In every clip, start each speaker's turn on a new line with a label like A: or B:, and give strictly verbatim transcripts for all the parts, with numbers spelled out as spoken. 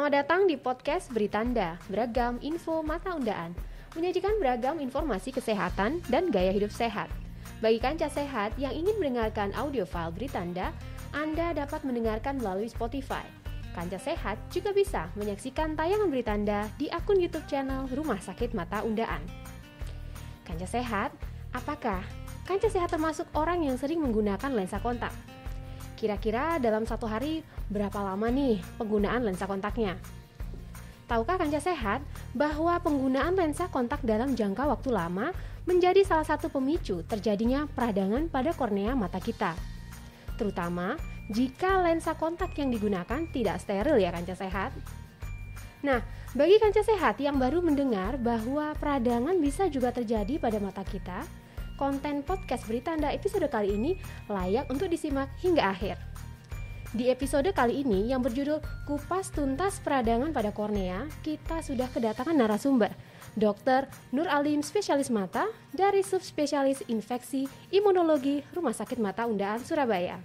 A: Selamat datang di podcast Beritanda, beragam info mata undaan, menyajikan beragam informasi kesehatan dan gaya hidup sehat. Bagi kanca sehat yang ingin mendengarkan audio file Beritanda, Anda dapat mendengarkan melalui Spotify. Kanca sehat juga bisa menyaksikan tayangan Beritanda di akun YouTube channel Rumah Sakit Mata Undaan. Kanca sehat, apakah kanca sehat termasuk orang yang sering menggunakan lensa kontak? Kira-kira dalam satu hari berapa lama nih penggunaan lensa kontaknya? Tahukah kanca sehat bahwa penggunaan lensa kontak dalam jangka waktu lama menjadi salah satu pemicu terjadinya peradangan pada kornea mata kita? Terutama jika lensa kontak yang digunakan tidak steril ya kanca sehat. Nah, bagi kanca sehat yang baru mendengar bahwa peradangan bisa juga terjadi pada mata kita, konten podcast Beritanda episode kali ini layak untuk disimak hingga akhir. Di episode kali ini yang berjudul Kupas Tuntas Peradangan pada Kornea, kita sudah kedatangan narasumber, dokter Nur Alim, spesialis mata dari Subspesialis Infeksi Imunologi Rumah Sakit Mata Undaan, Surabaya.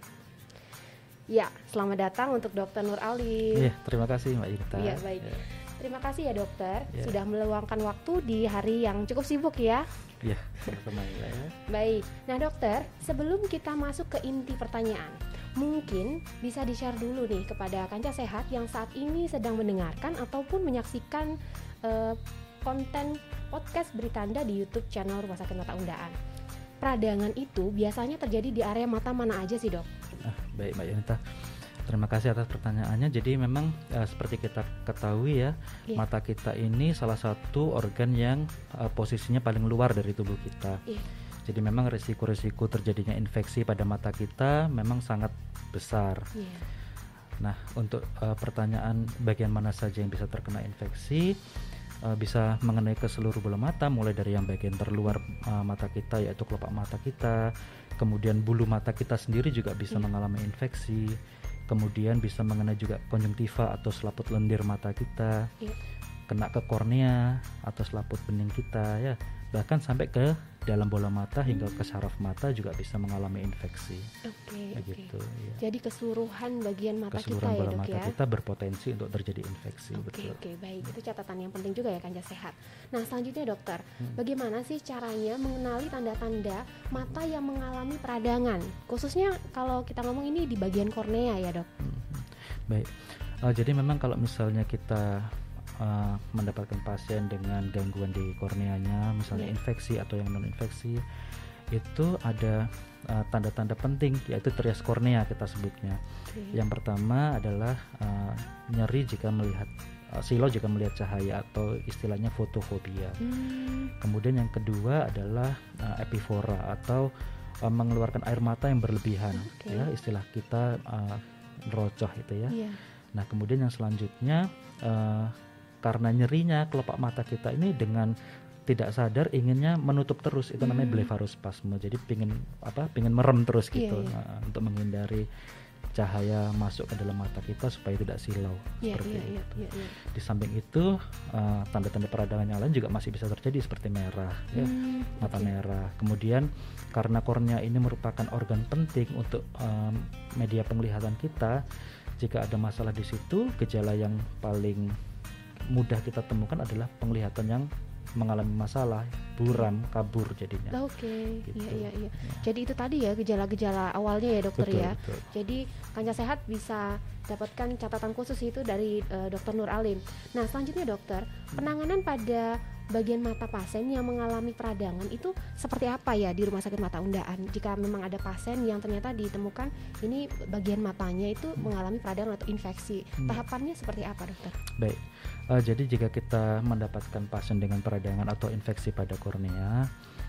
A: Ya, selamat datang untuk dokter Nur Alim.
B: Iya, terima kasih Mbak Yunita.
A: Iya, baik. Ya. Terima kasih ya dokter,
B: ya. Sudah
A: meluangkan waktu di hari yang cukup sibuk ya.
B: Iya, sama-sama ya.
A: Baik, nah dokter, sebelum kita masuk ke inti pertanyaan, mungkin bisa di-share dulu nih kepada kanca sehat yang saat ini sedang mendengarkan ataupun menyaksikan uh, konten podcast Beritanda di YouTube channel Rumah Sakit Mata Undaan. Peradangan itu biasanya terjadi di area mata mana aja sih dok?
B: Ah, baik Mbak Yunita. Terima kasih atas pertanyaannya. Jadi memang uh, seperti kita ketahui ya, yeah. mata kita ini salah satu organ yang uh, posisinya paling luar dari tubuh kita. Yeah. Jadi memang risiko-risiko terjadinya infeksi pada mata kita memang sangat besar. Yeah. Nah, untuk uh, pertanyaan bagian mana saja yang bisa terkena infeksi, uh, bisa mengenai ke seluruh bola mata, mulai dari yang bagian terluar uh, mata kita yaitu kelopak mata kita, kemudian bulu mata kita sendiri juga bisa yeah. mengalami infeksi. Kemudian bisa mengenai juga konjungtiva atau selaput lendir mata kita, yeah. kena ke kornea atau selaput bening kita ya, bahkan sampai ke dalam bola mata hingga hmm. ke saraf mata juga bisa mengalami infeksi. Oke. Okay,
A: Begitu. Okay. Ya. Jadi keseluruhan bagian mata
B: keseluruhan
A: kita ya
B: bola
A: dok
B: mata
A: ya.
B: kita berpotensi untuk terjadi infeksi.
A: Oke okay, oke okay, baik, itu catatan yang penting juga ya kanca sehat. Nah selanjutnya dokter, hmm. bagaimana sih caranya mengenali tanda-tanda mata yang mengalami peradangan? Khususnya kalau kita ngomong ini di bagian kornea ya dok. Hmm.
B: Baik, uh, jadi memang kalau misalnya kita Uh, mendapatkan pasien dengan gangguan di korneanya, misalnya yeah. infeksi atau yang non infeksi, itu ada uh, tanda-tanda penting yaitu trias kornea kita sebutnya. Okay. Yang pertama adalah uh, nyeri jika melihat uh, silau jika melihat cahaya atau istilahnya fotofobia. Hmm. Kemudian yang kedua adalah uh, epifora atau uh, mengeluarkan air mata yang berlebihan, okay. ya istilah kita uh, rocoh itu ya. Yeah. Nah kemudian yang selanjutnya uh, karena nyerinya kelopak mata kita ini dengan tidak sadar inginnya menutup terus, itu namanya hmm. blefarospasme. Jadi pingin apa? Pingin merem terus gitu, yeah, yeah. Nah, untuk menghindari cahaya masuk ke dalam mata kita supaya tidak silau yeah, seperti yeah, itu. Yeah, yeah, yeah. Di samping itu uh, tanda-tanda peradangan yang lain juga masih bisa terjadi seperti merah, hmm, ya, mata okay. merah. Kemudian karena kornea ini merupakan organ penting untuk um, media penglihatan kita, jika ada masalah di situ, gejala yang paling mudah kita temukan adalah penglihatan yang mengalami masalah, buram, kabur jadinya.
A: Oke, okay. gitu. Iya, iya, iya. Ya. Jadi itu tadi ya gejala-gejala awalnya ya dokter betul, ya. Betul. Jadi kanca sehat bisa dapatkan catatan khusus itu dari uh, dokter Nur Alim. Nah selanjutnya dokter, penanganan pada bagian mata pasien yang mengalami peradangan itu seperti apa ya di Rumah Sakit Mata Undaan? Jika memang ada pasien yang ternyata ditemukan ini bagian matanya itu hmm. mengalami peradangan atau infeksi, hmm. tahapannya seperti apa dokter?
B: Baik, uh, jadi jika kita mendapatkan pasien dengan peradangan atau infeksi pada kornea,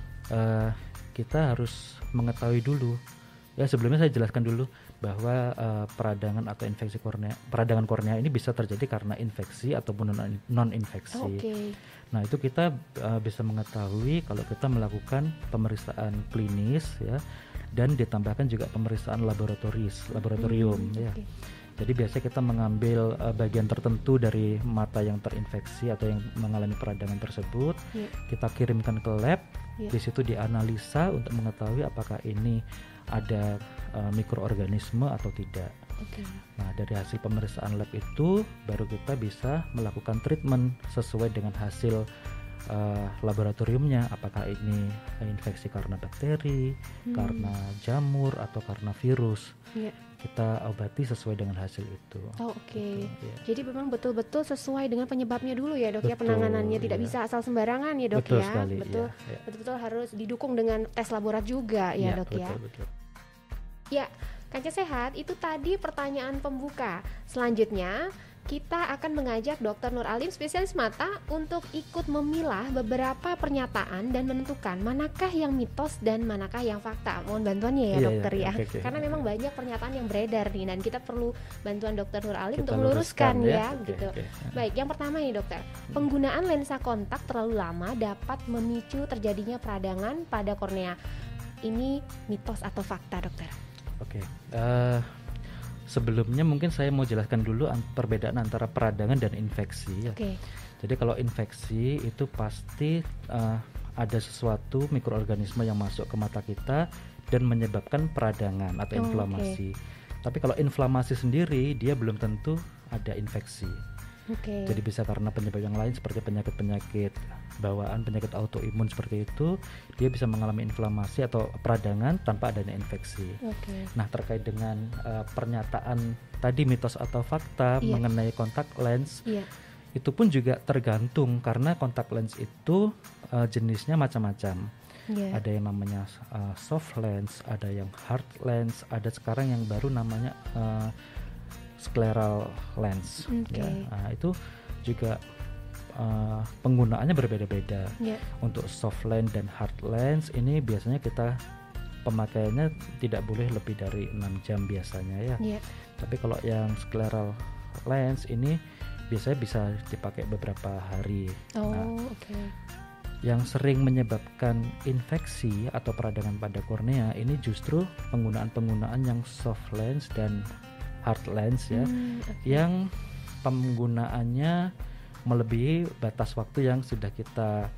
B: uh, kita harus mengetahui dulu. Ya sebelumnya saya jelaskan dulu bahwa uh, peradangan atau infeksi kornea, peradangan kornea ini bisa terjadi karena infeksi ataupun non infeksi. Okay. Nah itu kita uh, bisa mengetahui kalau kita melakukan pemeriksaan klinis ya, dan ditambahkan juga pemeriksaan laboratoris, laboratorium hmm, ya. Okay. Jadi biasanya kita mengambil uh, bagian tertentu dari mata yang terinfeksi atau yang mengalami peradangan tersebut, yeah. kita kirimkan ke lab, yeah. di situ dianalisa untuk mengetahui apakah ini ada uh, mikroorganisme atau tidak.
A: oke.
B: Nah, dari hasil pemeriksaan lab itu baru kita bisa melakukan treatment sesuai dengan hasil uh, laboratoriumnya, apakah ini infeksi karena bakteri,
A: Hmm.
B: karena jamur atau karena virus.
A: Iya.
B: Kita obati sesuai dengan hasil itu.
A: Oh, oke.
B: Gitu, ya.
A: Jadi memang betul-betul sesuai dengan penyebabnya dulu ya, Dok ya,
B: Betul,
A: penanganannya tidak
B: iya.
A: bisa asal sembarangan ya, Dok
B: Betul
A: ya.
B: sekali,
A: Betul.
B: iya, iya.
A: Betul-betul harus didukung dengan tes laborat juga ya,
B: Iya,
A: Dok ya.
B: betul, betul.
A: Ya, Kaca Sehat, itu tadi pertanyaan pembuka. Selanjutnya, kita akan mengajak Dokter Nur Alim, spesialis mata, untuk ikut memilah beberapa pernyataan dan menentukan manakah yang mitos dan manakah yang fakta. Mohon bantuannya ya,
B: Iya,
A: Dokter
B: iya,
A: ya.
B: oke, oke.
A: Karena memang banyak pernyataan yang beredar nih, dan kita perlu bantuan Dokter Nur Alim
B: Kita
A: untuk meluruskan
B: luruskan
A: ya,
B: Oke,
A: gitu.
B: oke.
A: Baik, yang pertama nih Dokter, penggunaan lensa kontak terlalu lama dapat memicu terjadinya peradangan pada kornea. Ini mitos atau fakta, Dokter?
B: Oke, eh, sebelumnya mungkin saya mau jelaskan dulu an- perbedaan antara peradangan dan infeksi ya.
A: Oke.
B: Jadi kalau infeksi itu pasti eh, ada sesuatu mikroorganisme yang masuk ke mata kita dan menyebabkan peradangan atau
A: Oh,
B: inflamasi. Tapi kalau inflamasi sendiri dia belum tentu ada infeksi.
A: Oke.
B: Jadi bisa karena penyebab yang lain seperti penyakit-penyakit bawaan, penyakit autoimun seperti itu, dia bisa mengalami inflamasi atau peradangan tanpa adanya infeksi.
A: Oke.
B: Nah, terkait dengan uh, pernyataan tadi mitos atau fakta
A: Iya.
B: mengenai kontak lens,
A: Iya.
B: itu pun juga tergantung karena kontak lens itu uh, jenisnya macam-macam.
A: Iya.
B: Ada yang namanya uh, soft lens, ada yang hard lens, ada sekarang yang baru namanya uh, scleral lens.
A: Oke.
B: Ya. Nah, itu juga uh, penggunaannya berbeda-beda.
A: Iya.
B: Untuk soft lens dan hard lens ini biasanya kita pemakaiannya tidak boleh lebih dari enam jam biasanya ya.
A: Iya.
B: Tapi kalau yang scleral lens ini biasanya bisa dipakai beberapa hari.
A: Oh,
B: Nah,
A: oke.
B: yang sering menyebabkan infeksi atau peradangan pada kornea ini justru penggunaan-penggunaan yang soft lens dan hard lens ya,
A: Hmm, oke.
B: yang penggunaannya melebihi batas waktu yang sudah kita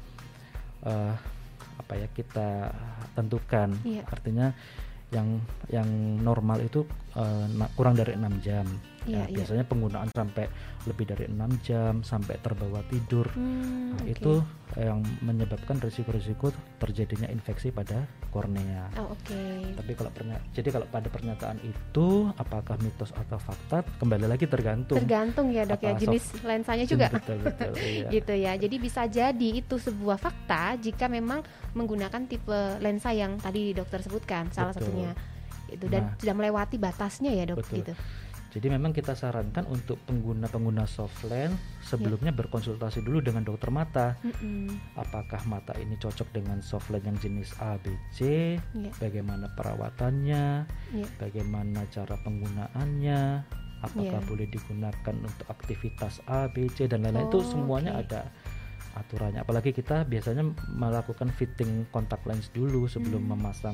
B: uh, apa ya kita tentukan.
A: Iya.
B: Artinya yang yang normal itu uh, na- kurang dari enam jam.
A: Iya,
B: Ya,
A: iya.
B: biasanya penggunaan sampai lebih dari enam jam sampai terbawa tidur.
A: Hmm,
B: Nah,
A: oke.
B: itu yang menyebabkan risiko-risiko terjadinya infeksi pada kornea.
A: Oh, oke.
B: Tapi kalau pernya- jadi kalau pada pernyataan itu apakah mitos atau fakta kembali lagi tergantung.
A: Tergantung ya, Dok ya,
B: Apa
A: jenis lensanya juga.
B: Betul, betul, iya.
A: Gitu ya. Jadi bisa jadi itu sebuah fakta jika memang menggunakan tipe lensa yang tadi dokter sebutkan salah
B: Betul.
A: satunya. Itu dan
B: Nah.
A: sudah melewati batasnya ya, Dok,
B: Betul.
A: gitu.
B: Jadi memang kita sarankan untuk pengguna-pengguna soft lens sebelumnya berkonsultasi dulu dengan dokter mata.
A: Mm-mm.
B: Apakah mata ini cocok dengan soft lens yang jenis A, B, C,
A: Iya.
B: bagaimana perawatannya,
A: Iya.
B: bagaimana cara penggunaannya, apakah
A: Iya.
B: boleh digunakan untuk aktivitas A, B, C dan lain-lain. Itu
A: Oh,
B: semuanya
A: oke.
B: ada aturannya. Apalagi kita biasanya melakukan fitting kontak lens dulu sebelum
A: Hmm.
B: memasang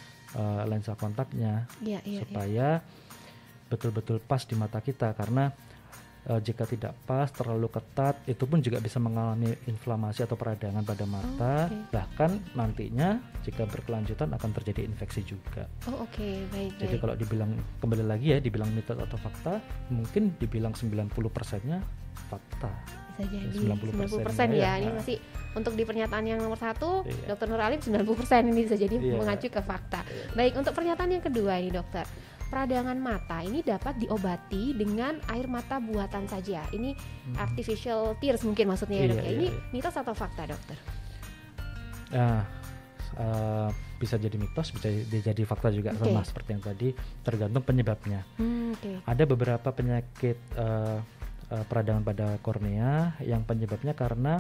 B: uh, lensa kontaknya
A: Iya, iya, iya.
B: supaya betul-betul pas di mata kita, karena uh, jika tidak pas terlalu ketat itu pun juga bisa mengalami inflamasi atau peradangan pada mata.
A: oke.
B: Bahkan nantinya jika berkelanjutan akan terjadi infeksi juga.
A: Oh, oke, baik,
B: Jadi
A: baik.
B: kalau dibilang kembali lagi ya, dibilang mitos atau fakta, mungkin dibilang sembilan puluh persennya fakta.
A: Bisa jadi
B: sembilan puluh
A: sembilan puluh
B: persen
A: persen ya.
B: ya.
A: Ini masih untuk di pernyataan yang nomor satu,
B: Iya.
A: Dokter Nur Alim sembilan puluh persen ini bisa jadi
B: Iya.
A: mengacu ke fakta.
B: Iya.
A: Baik, untuk pernyataan yang kedua ini, Dokter. Peradangan mata ini dapat diobati dengan air mata buatan saja. Ini
B: Hmm.
A: artificial tears mungkin maksudnya ya,
B: Iya,
A: Dok ya.
B: iya,
A: Ini
B: iya.
A: mitos atau fakta, Dokter?
B: Nah, uh, bisa jadi mitos, bisa jadi fakta juga,
A: Oke.
B: sama seperti yang tadi, tergantung penyebabnya.
A: Hmm, oke.
B: Ada beberapa penyakit uh, uh, peradangan pada kornea yang penyebabnya karena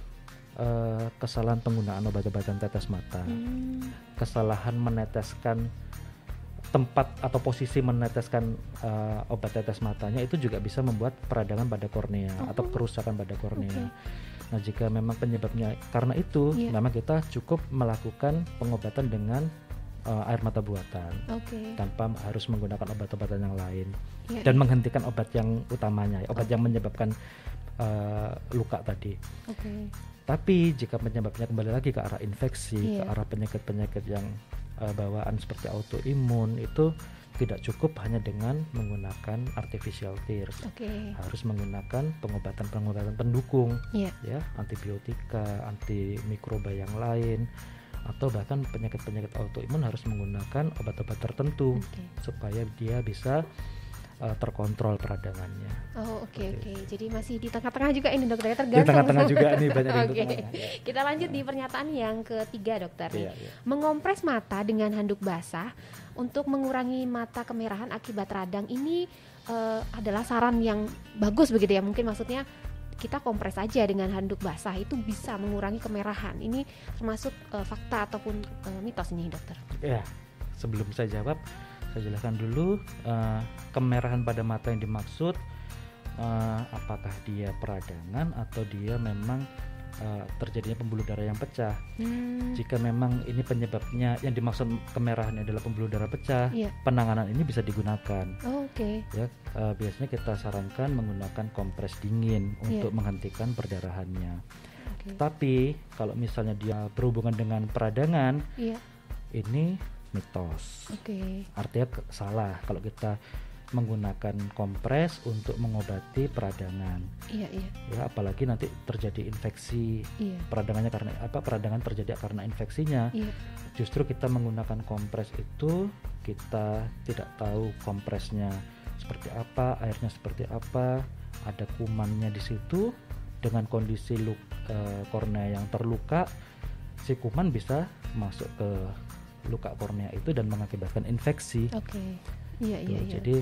B: uh, kesalahan penggunaan obat-obatan tetes mata,
A: Hmm,
B: kesalahan meneteskan tempat atau posisi meneteskan uh, obat tetes matanya itu juga bisa membuat peradangan pada kornea
A: Oh,
B: atau kerusakan pada kornea.
A: oke.
B: Nah, jika memang penyebabnya karena itu,
A: Iya.
B: memang kita cukup melakukan pengobatan dengan uh, air mata buatan
A: Oke.
B: tanpa harus menggunakan obat-obatan yang lain
A: Ya,
B: dan
A: ya.
B: menghentikan obat yang utamanya, obat
A: Oke.
B: yang menyebabkan uh, luka tadi.
A: Oke.
B: Tapi jika penyebabnya kembali lagi ke arah infeksi,
A: Iya.
B: ke arah penyakit-penyakit yang uh, bawaan seperti autoimun, itu tidak cukup hanya dengan menggunakan artificial tears,
A: Oke.
B: harus menggunakan pengobatan-pengobatan pendukung,
A: Iya.
B: ya, antibiotika, antimikroba yang lain, atau bahkan penyakit-penyakit autoimun harus menggunakan obat-obat tertentu
A: Oke.
B: supaya dia bisa uh, terkontrol peradangannya.
A: Oh, oke
B: Oke.
A: oke. Jadi masih di tengah-tengah juga ini dokter ya,
B: Di
A: tergantung.
B: tengah-tengah juga nih banyak di
A: Oke.
B: tengah. Ya.
A: Kita lanjut di pernyataan yang ketiga dokter nih.
B: Iya, iya.
A: Mengompres mata dengan handuk basah untuk mengurangi mata kemerahan akibat radang ini eh, adalah saran yang bagus begitu ya. Mungkin maksudnya kita kompres aja dengan handuk basah itu bisa mengurangi kemerahan. Ini termasuk eh, fakta ataupun eh, mitos ini dokter.
B: Ya, sebelum saya jawab, saya jelaskan dulu uh, kemerahan pada mata yang dimaksud, uh, apakah dia peradangan atau dia memang uh, terjadinya pembuluh darah yang pecah.
A: Hmm,
B: Jika memang ini penyebabnya yang dimaksud kemerahan adalah pembuluh darah pecah,
A: iya.
B: penanganan ini bisa digunakan.
A: Oh, oke.
B: Ya, uh, biasanya kita sarankan menggunakan kompres dingin untuk
A: Iya.
B: menghentikan perdarahannya.
A: Oke.
B: Tapi kalau misalnya dia berhubungan dengan peradangan,
A: Iya.
B: ini mitos.
A: Oke.
B: Artinya ke- salah kalau kita menggunakan kompres untuk mengobati peradangan.
A: Iya iya
B: Ya, apalagi nanti terjadi infeksi.
A: iya.
B: Peradangannya karena apa? Peradangan terjadi karena infeksinya.
A: Iya.
B: Justru kita menggunakan kompres itu, kita tidak tahu kompresnya seperti apa, airnya seperti apa, ada kumannya di situ. Dengan kondisi luk, eh, kornea yang terluka, si kuman bisa masuk ke luka kornea itu dan mengakibatkan infeksi.
A: Oke. Iya
B: Tuh,
A: iya iya.
B: Jadi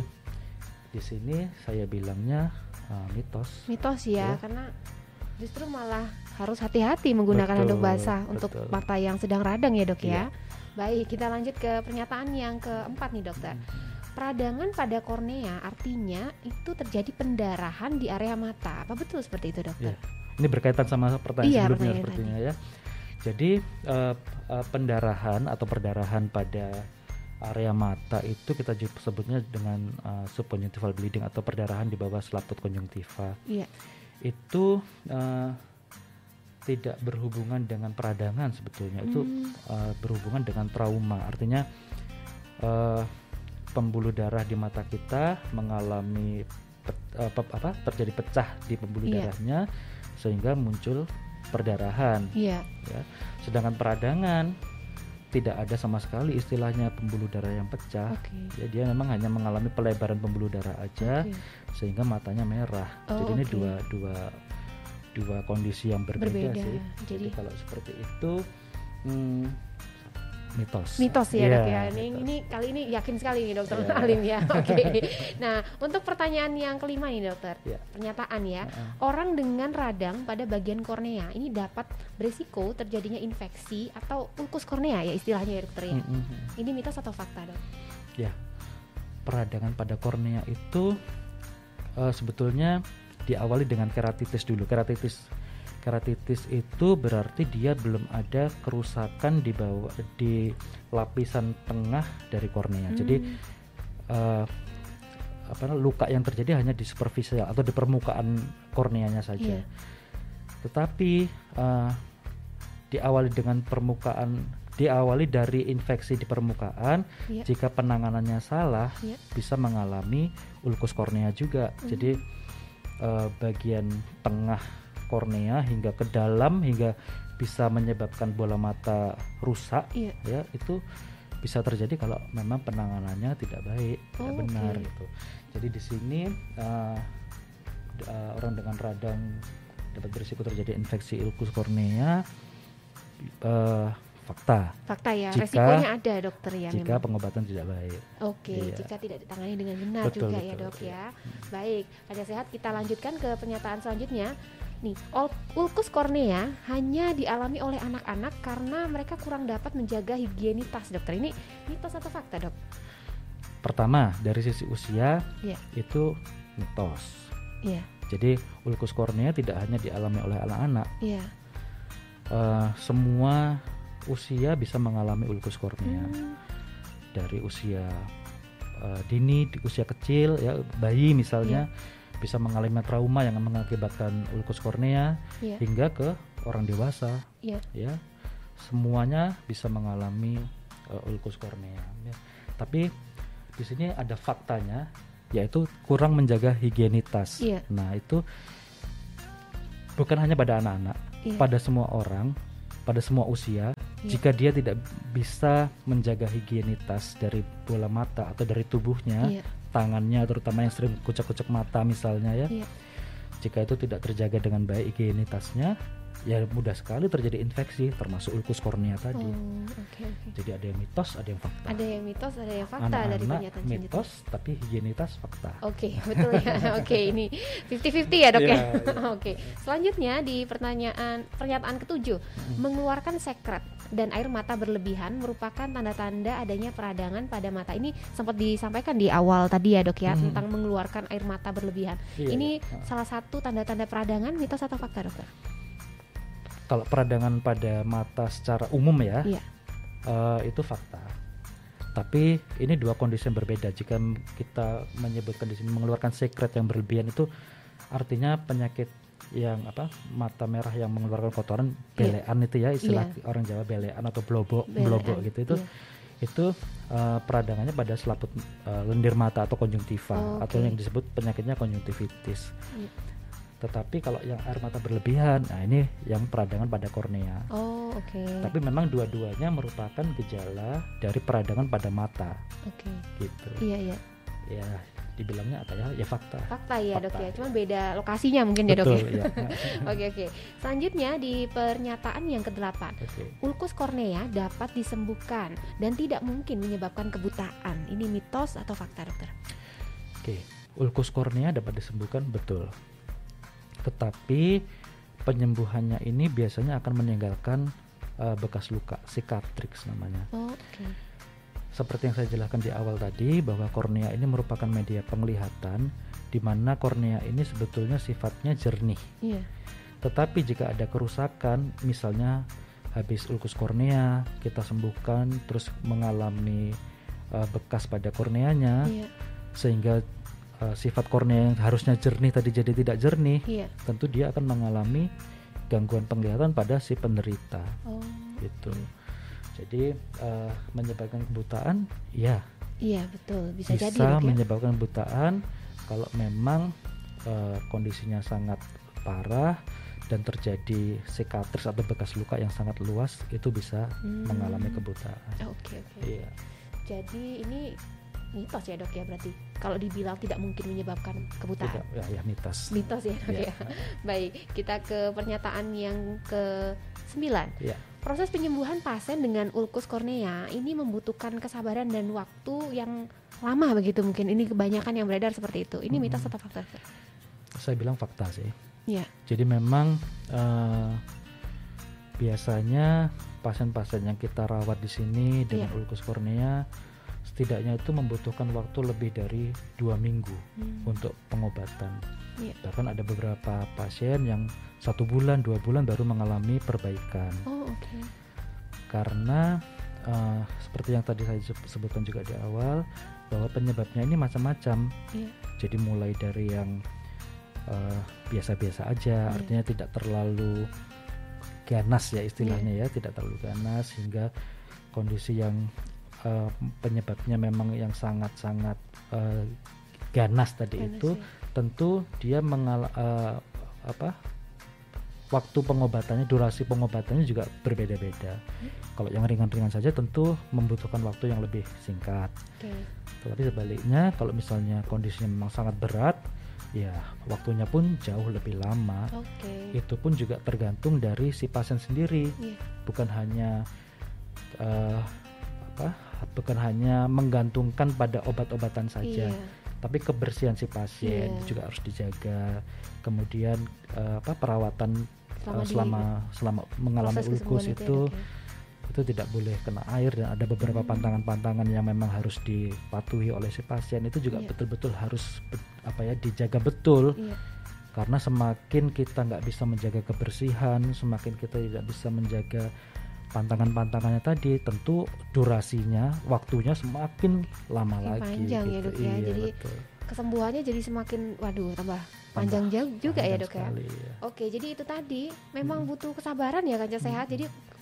B: di sini saya bilangnya uh, mitos.
A: Mitos ya,
B: Ya.
A: karena justru malah harus hati-hati menggunakan
B: Betul,
A: handuk basah untuk
B: betul.
A: mata yang sedang radang ya dok ya.
B: Iya.
A: Baik, kita lanjut ke pernyataan yang keempat nih dokter. Peradangan pada kornea artinya itu terjadi pendarahan di area mata. Apa betul seperti itu dokter?
B: Iya. Ini berkaitan sama pertanyaan
A: Iya,
B: sebelumnya
A: pertanyaan
B: sepertinya ya. Jadi uh, uh, pendarahan atau perdarahan pada area mata itu kita ju- sebutnya dengan uh, subconjunctival bleeding atau perdarahan di bawah selaput konjungtiva.
A: Iya.
B: Itu uh, tidak berhubungan dengan peradangan sebetulnya. Itu
A: Hmm,
B: uh, berhubungan dengan trauma. Artinya uh, pembuluh darah di mata kita mengalami pe- uh, pe- apa terjadi pecah di pembuluh
A: Iya.
B: darahnya sehingga muncul perdarahan.
A: iya.
B: Sedangkan peradangan tidak ada sama sekali istilahnya pembuluh darah yang pecah.
A: Oke.
B: Ya, dia memang hanya mengalami pelebaran pembuluh darah aja
A: Oke.
B: sehingga matanya merah.
A: Oh,
B: Jadi ini
A: oke.
B: dua dua dua kondisi yang berbeda,
A: Berbeda.
B: sih.
A: Jadi
B: Jadi kalau seperti itu hmm, mitos.
A: mitos ya
B: Iya,
A: dok ya. Ini,
B: mitos.
A: ini kali ini yakin sekali nih dokter
B: Iya.
A: Alim ya. Oke. Nah untuk pertanyaan yang kelima nih dokter,
B: Iya.
A: pernyataan ya.
B: Heeh.
A: Orang dengan radang pada bagian kornea ini dapat berisiko terjadinya infeksi atau ulkus kornea ya istilahnya ya dokter ya.
B: Mm, mm, mm.
A: Ini mitos atau fakta dok?
B: Peradangan pada kornea itu eh, sebetulnya diawali dengan keratitis dulu. Keratitis keratitis itu berarti dia belum ada kerusakan di bawah di lapisan tengah dari kornea. Jadi
A: Hmm,
B: eh, apa namanya, luka yang terjadi hanya di superficial atau di permukaan korneanya saja.
A: Iya.
B: Tetapi eh, diawali dengan permukaan, diawali dari infeksi di permukaan.
A: Iya.
B: Jika penanganannya salah,
A: Iya.
B: bisa mengalami ulkus kornea juga.
A: Hmm.
B: Jadi eh, bagian tengah kornea hingga ke dalam hingga bisa menyebabkan bola mata rusak.
A: Iya.
B: Ya, itu bisa terjadi kalau memang penanganannya tidak baik, tidak
A: Oh,
B: benar
A: oke.
B: gitu. Jadi di sini uh, d- uh, orang dengan radang dapat berisiko terjadi infeksi ulkus kornea. Uh, fakta
A: Fakta ya.
B: Jika-
A: Resikonya ada dokter ya
B: jika
A: memang.
B: pengobatan tidak baik.
A: Oke,
B: Iya.
A: jika tidak ditangani dengan benar
B: Betul,
A: juga ya
B: betul,
A: dok
B: iya.
A: ya. Baik, pada sehat kita lanjutkan ke pernyataan selanjutnya. Nih, ul- ulkus kornea hanya dialami oleh anak-anak karena mereka kurang dapat menjaga higienitas dokter. Ini mitos atau fakta dok?
B: Pertama, dari sisi usia
A: Iya.
B: itu mitos.
A: Iya,
B: Jadi ulkus kornea tidak hanya dialami oleh anak-anak.
A: iya.
B: Uh, semua usia bisa mengalami ulkus kornea.
A: Hmm,
B: Dari usia uh, dini, di usia kecil ya, bayi misalnya bisa mengalami trauma yang mengakibatkan ulkus kornea
A: Iya.
B: hingga ke orang dewasa.
A: Iya.
B: Ya, semuanya bisa mengalami uh, ulkus kornea. Ya. Tapi di sini ada faktanya, yaitu kurang menjaga higienitas.
A: Iya.
B: Nah itu bukan hanya pada anak-anak,
A: Iya.
B: pada semua orang, pada semua usia.
A: Iya.
B: Jika dia tidak bisa menjaga higienitas dari bola mata atau dari tubuhnya,
A: Iya.
B: tangannya terutama yang sering kucek-kucek mata misalnya ya,
A: Iya.
B: jika itu tidak terjaga dengan baik higienitasnya, ya mudah sekali terjadi infeksi, termasuk ulkus kornea tadi.
A: Oh, oke oke.
B: Jadi ada yang mitos, ada yang fakta.
A: Ada yang mitos, ada yang fakta dari
B: Anak-anak
A: pernyataan
B: mitos, tapi higienitas fakta.
A: Oke, betul ya. Oke, ini fifty fifty ya, Dok ya.
B: Iya, iya.
A: Oke. Selanjutnya di pertanyaan pernyataan ketujuh, mengeluarkan sekret dan air mata berlebihan merupakan tanda-tanda adanya peradangan pada mata. Ini sempat disampaikan di awal tadi ya, Dok ya,
B: Hmm.
A: tentang mengeluarkan air mata berlebihan.
B: Iya,
A: Ini
B: iya.
A: salah satu tanda-tanda peradangan, mitos atau fakta, Dokter?
B: Kalau peradangan pada mata secara umum ya,
A: Iya.
B: eh, itu fakta. Tapi ini dua kondisi yang berbeda. Jika m- kita menyebutkan di sini mengeluarkan sekret yang berlebihan, itu artinya penyakit yang apa mata merah yang mengeluarkan kotoran,
A: Iya.
B: belean itu ya, istilah
A: Iya.
B: orang Jawa belean atau blobo,
A: Belean,
B: blobo gitu itu.
A: iya.
B: Itu eh, peradangannya pada selaput eh, lendir mata atau konjungtiva,
A: Oh,
B: atau
A: oke.
B: yang disebut penyakitnya konjungtivitis.
A: Iya.
B: Tetapi kalau yang air mata berlebihan, nah ini yang peradangan pada kornea.
A: Oh, oke.
B: Tapi memang dua-duanya merupakan gejala dari peradangan pada mata,
A: Oke.
B: gitu.
A: Iya, iya.
B: Ya, dibilangnya apa ya? Ya fakta.
A: Fakta ya, Dok
B: Fakta.
A: ya. Cuman beda lokasinya mungkin ya, Dok
B: Betul,
A: ya.
B: ya.
A: Oke, oke. Selanjutnya di pernyataan yang kedelapan.
B: Oke.
A: Ulkus kornea dapat disembuhkan dan tidak mungkin menyebabkan kebutaan. Ini mitos atau fakta, Dokter?
B: Oke, ulkus kornea dapat disembuhkan, betul. Tetapi penyembuhannya ini biasanya akan meninggalkan uh, bekas luka, cicatrix namanya.
A: Oh, oke.
B: Seperti yang saya jelaskan di awal tadi, bahwa kornea ini merupakan media penglihatan, di mana kornea ini sebetulnya sifatnya jernih.
A: Iya.
B: Tetapi jika ada kerusakan, misalnya habis ulkus kornea kita sembuhkan, terus mengalami uh, bekas pada korneanya,
A: Iya.
B: sehingga uh, sifat kornea yang harusnya jernih tadi jadi tidak jernih,
A: Iya.
B: tentu dia akan mengalami gangguan penglihatan pada si penderita,
A: Oh.
B: gitu. Jadi uh, menyebabkan kebutaan, ya
A: Iya, betul. Bisa,
B: bisa
A: jadi, Dok ya.
B: menyebabkan kebutaan kalau memang uh, kondisinya sangat parah dan terjadi cicatrix atau bekas luka yang sangat luas, itu bisa
A: Hmm.
B: mengalami kebutaan.
A: Oke, oke.
B: Iya.
A: Jadi ini mitos ya, Dok ya, berarti kalau dibilang tidak mungkin menyebabkan kebutaan.
B: Tidak, ya, ya mitos.
A: Mitos ya, Dok
B: Iya.
A: ya. Baik, kita ke pernyataan yang ke sembilan.
B: Iya.
A: Proses penyembuhan pasien dengan ulkus kornea ini membutuhkan kesabaran dan waktu yang lama begitu mungkin. Ini kebanyakan yang beredar seperti itu. Ini mitos
B: Mm-mm.
A: atau fakta?
B: Saya bilang fakta sih.
A: Iya.
B: Jadi memang eh, biasanya pasien-pasien yang kita rawat di sini dengan
A: Iya.
B: ulkus kornea setidaknya itu membutuhkan waktu lebih dari dua minggu
A: Hmm.
B: untuk pengobatan.
A: Iya.
B: Bahkan ada beberapa pasien yang satu bulan, dua bulan baru mengalami perbaikan.
A: Oh, oke.
B: Karena eh, seperti yang tadi saya seb- sebutkan juga di awal, bahwa penyebabnya ini macam-macam.
A: Iya.
B: Jadi mulai dari yang eh, biasa-biasa aja,
A: Iya.
B: artinya tidak terlalu ganas ya istilahnya ya, tidak terlalu ganas, hingga kondisi yang eh, penyebabnya memang yang sangat-sangat eh, ganas tadi
A: Ganas,
B: itu,
A: ya.
B: tentu dia mengal eh, apa waktu pengobatannya, durasi pengobatannya juga berbeda-beda. Kalau yang ringan-ringan saja tentu membutuhkan waktu yang lebih singkat.
A: Oke.
B: Tetapi sebaliknya kalau misalnya kondisinya memang sangat berat, ya waktunya pun jauh lebih lama.
A: Oke.
B: Itu pun juga tergantung dari si pasien sendiri,
A: Iya.
B: bukan hanya eh, apa, bukan hanya menggantungkan pada obat-obatan saja,
A: Iya.
B: tapi kebersihan si pasien
A: Iya.
B: juga harus dijaga. Kemudian eh, apa perawatan
A: Selama
B: eh,
A: di
B: selama selama mengalami
A: proses
B: ulkus
A: kesembuhan
B: itu
A: ya, Dok, ya.
B: itu tidak boleh kena air, dan ada beberapa
A: Hmm.
B: pantangan-pantangan yang memang harus dipatuhi oleh si pasien, itu juga
A: Iya.
B: betul-betul harus be- apa ya dijaga betul.
A: Iya.
B: Karena semakin kita nggak bisa menjaga kebersihan, semakin kita tidak bisa menjaga pantangan-pantangannya tadi, tentu durasinya, waktunya semakin lama
A: Semakin
B: lagi
A: panjang ya,
B: gitu.
A: Dok, ya.
B: Iya,
A: Jadi
B: betul.
A: kesembuhannya jadi semakin waduh tambah panjang jauh juga ya,
B: Panjang
A: Dok ya.
B: sekali, ya.
A: Oke, jadi itu tadi memang
B: Hmm.
A: butuh kesabaran ya, Kanca Sehat.
B: Hmm.
A: Jadi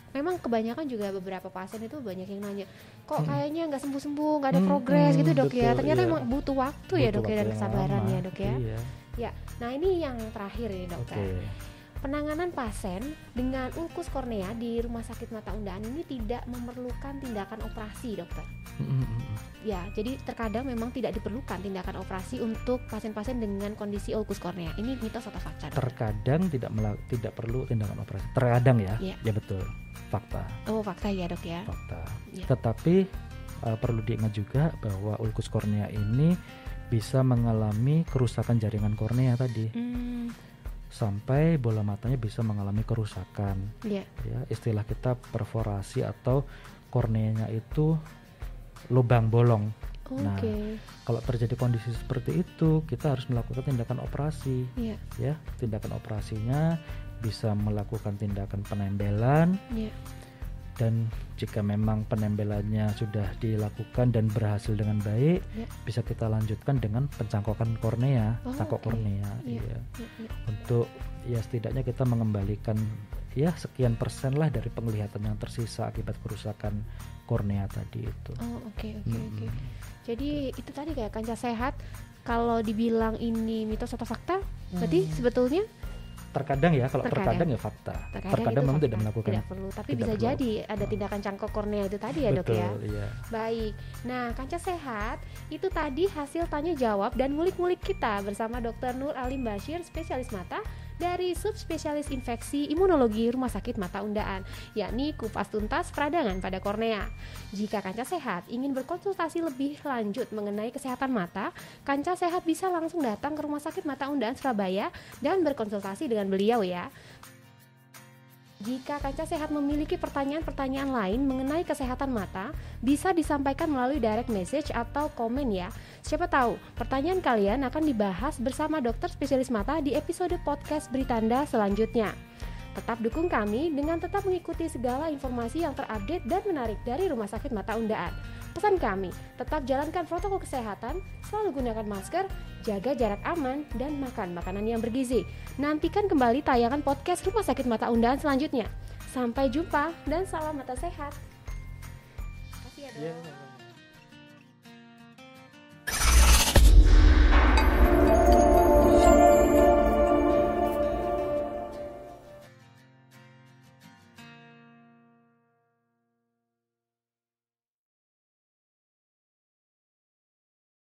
A: memang kebanyakan juga beberapa pasien itu banyak yang nanya, kok
B: Hmm.
A: kayaknya nggak sembuh-sembuh, nggak ada
B: Hmm,
A: progres
B: hmm,
A: gitu dok ya.
B: betul,
A: Ternyata
B: iya.
A: emang butuh waktu ya
B: Butuh
A: dok ya dan
B: waktu yang
A: kesabaran
B: lama.
A: ya dok ya.
B: Iya.
A: Ya, nah ini yang terakhir nih
B: Oke.
A: dokter. Penanganan pasien dengan ulkus kornea di Rumah Sakit Mata Undaan ini tidak memerlukan tindakan operasi dokter.
B: Mm, mm, mm.
A: Ya, jadi terkadang memang tidak diperlukan tindakan operasi untuk pasien-pasien dengan kondisi ulkus kornea. Ini mitos atau fakta dokter?
B: Terkadang tidak mela- tidak perlu tindakan operasi. Terkadang ya.
A: Iya.
B: Ya betul. Fakta.
A: Oh fakta ya dok ya.
B: Fakta.
A: Ya.
B: Tetapi uh, perlu diingat juga bahwa ulkus kornea ini bisa mengalami kerusakan jaringan kornea tadi.
A: Hmm,
B: Sampai bola matanya bisa mengalami kerusakan.
A: ya.
B: Ya, istilah kita perforasi atau korneanya itu lubang bolong.
A: Oke.
B: Nah, Kalau terjadi kondisi seperti itu, kita harus melakukan tindakan operasi.
A: Ya.
B: Ya, tindakan operasinya bisa melakukan tindakan penembelan,
A: Ya.
B: dan jika memang penembelannya sudah dilakukan dan berhasil dengan baik,
A: Ya.
B: bisa kita lanjutkan dengan pencangkokan kornea,
A: Oh,
B: cangkok
A: oke.
B: kornea.
A: Iya.
B: Iya.
A: Ya, ya.
B: Untuk ya setidaknya kita mengembalikan ya sekian persen lah dari penglihatan yang tersisa akibat kerusakan kornea tadi itu.
A: Oh oke oke oke.
B: Mm-mm.
A: Jadi itu tadi kayak kancah sehat. Kalau dibilang ini mitos atau fakta, berarti
B: Hmm.
A: sebetulnya
B: Terkadang ya, kalau
A: Terkadang.
B: terkadang, ya fakta.
A: terkadang,
B: Terkadang
A: itu
B: memang
A: fakta,
B: tidak melakukan.
A: tidak perlu, tapi
B: tidak
A: bisa
B: perlu.
A: jadi ada
B: Oh.
A: tindakan cangkok kornea itu tadi ya dok
B: Betul,
A: ya.
B: iya.
A: Baik, nah kancah sehat itu tadi hasil tanya jawab dan ngulik-ngulik kita bersama dokter Nur Alim Bashir, spesialis mata dari subspesialis infeksi imunologi Rumah Sakit Mata Undaan, yakni kupas tuntas peradangan pada kornea. Jika kancah sehat ingin berkonsultasi lebih lanjut mengenai kesehatan mata, kancah sehat bisa langsung datang ke Rumah Sakit Mata Undaan Surabaya dan berkonsultasi dengan beliau ya. Jika kancah sehat memiliki pertanyaan-pertanyaan lain mengenai kesehatan mata, bisa disampaikan melalui direct message atau komen ya. Siapa tahu pertanyaan kalian akan dibahas bersama dokter spesialis mata di episode podcast Beritanda selanjutnya. Tetap dukung kami dengan tetap mengikuti segala informasi yang terupdate dan menarik dari Rumah Sakit Mata Undaan. Pesan kami, tetap jalankan protokol kesehatan, selalu gunakan masker, jaga jarak aman, dan makan makanan yang bergizi. Nantikan kembali tayangan podcast Rumah Sakit Mata Undaan selanjutnya. Sampai jumpa dan salam mata sehat. Terima kasih ya, Dok.
B: Iya.